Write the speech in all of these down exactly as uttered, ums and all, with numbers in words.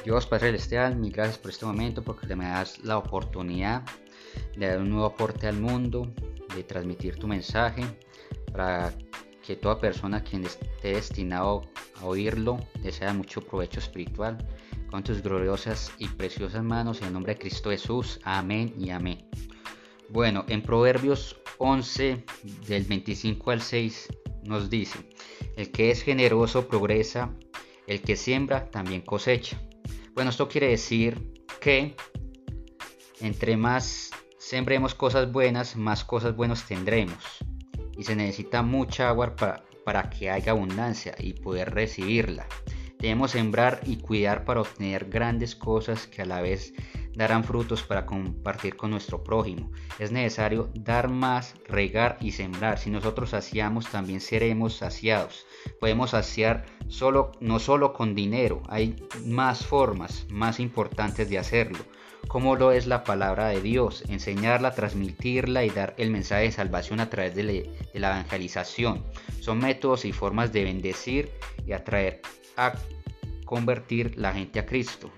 Dios Padre Celestial, mil gracias por este momento, porque me das la oportunidad de dar un nuevo aporte al mundo, de transmitir tu mensaje, para que toda persona quien esté destinado a oírlo le sea de mucho provecho espiritual. Con tus gloriosas y preciosas manos, en el nombre de Cristo Jesús, amén y amén. Bueno, en Proverbios once, del veinticinco al seis, nos dice: el que es generoso progresa, el que siembra también cosecha. Bueno, esto quiere decir que entre más sembremos cosas buenas, más cosas buenas tendremos. Y se necesita mucha agua para, para que haya abundancia y poder recibirla. Debemos sembrar y cuidar para obtener grandes cosas que a la vez darán frutos para compartir con nuestro prójimo. Es necesario dar más, regar y sembrar. Si nosotros saciamos, también seremos saciados. Podemos saciar solo, no solo con dinero, hay más formas más importantes de hacerlo, como lo es la palabra de Dios, enseñarla, transmitirla y dar el mensaje de salvación a través de, le, de la evangelización. Son métodos y formas de bendecir y atraer a convertir la gente a Cristo.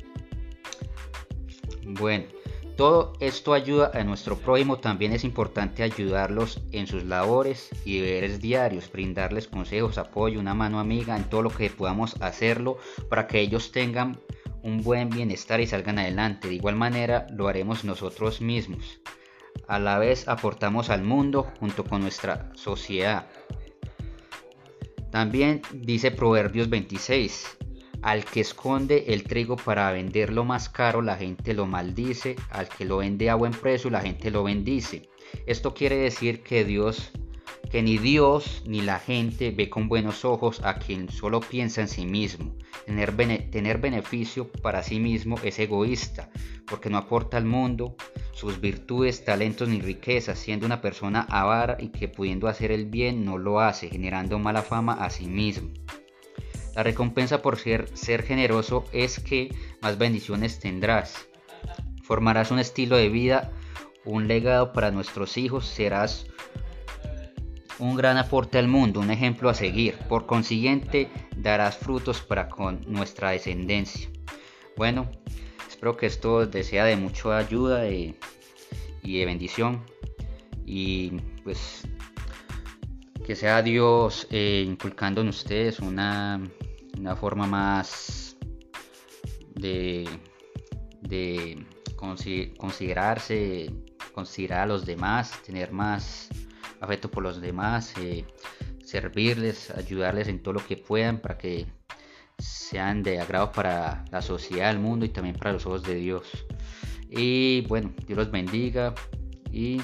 Bueno, todo esto ayuda a nuestro prójimo. También es importante ayudarlos en sus labores y deberes diarios, brindarles consejos, apoyo, una mano amiga en todo lo que podamos hacerlo para que ellos tengan un buen bienestar y salgan adelante. De igual manera lo haremos nosotros mismos. A la vez aportamos al mundo junto con nuestra sociedad. También dice Proverbios veintiséis: al que esconde el trigo para venderlo más caro, la gente lo maldice. Al que lo vende a buen precio, la gente lo bendice. Esto quiere decir que Dios, que ni Dios ni la gente ve con buenos ojos a quien solo piensa en sí mismo. Tener, bene, tener beneficio para sí mismo es egoísta, porque no aporta al mundo sus virtudes, talentos ni riquezas, siendo una persona avara y que pudiendo hacer el bien no lo hace, generando mala fama a sí mismo. La recompensa por ser, ser generoso es que más bendiciones tendrás. Formarás un estilo de vida, un legado para nuestros hijos, serás un gran aporte al mundo, un ejemplo a seguir. Por consiguiente, darás frutos para con nuestra descendencia. Bueno, espero que esto les sea de mucha ayuda y, y de bendición. Y pues que sea Dios eh, inculcando en ustedes una, una forma más de, de considerarse, considerar a los demás, tener más afecto por los demás, eh, servirles, ayudarles en todo lo que puedan para que sean de agrado para la sociedad, el mundo y también para los ojos de Dios. Y bueno, Dios los bendiga y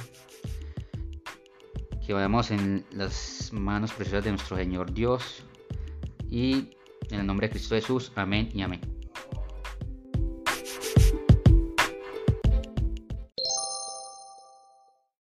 que vayamos en las manos preciosas de nuestro Señor Dios, y en el nombre de Cristo Jesús, amén y amén.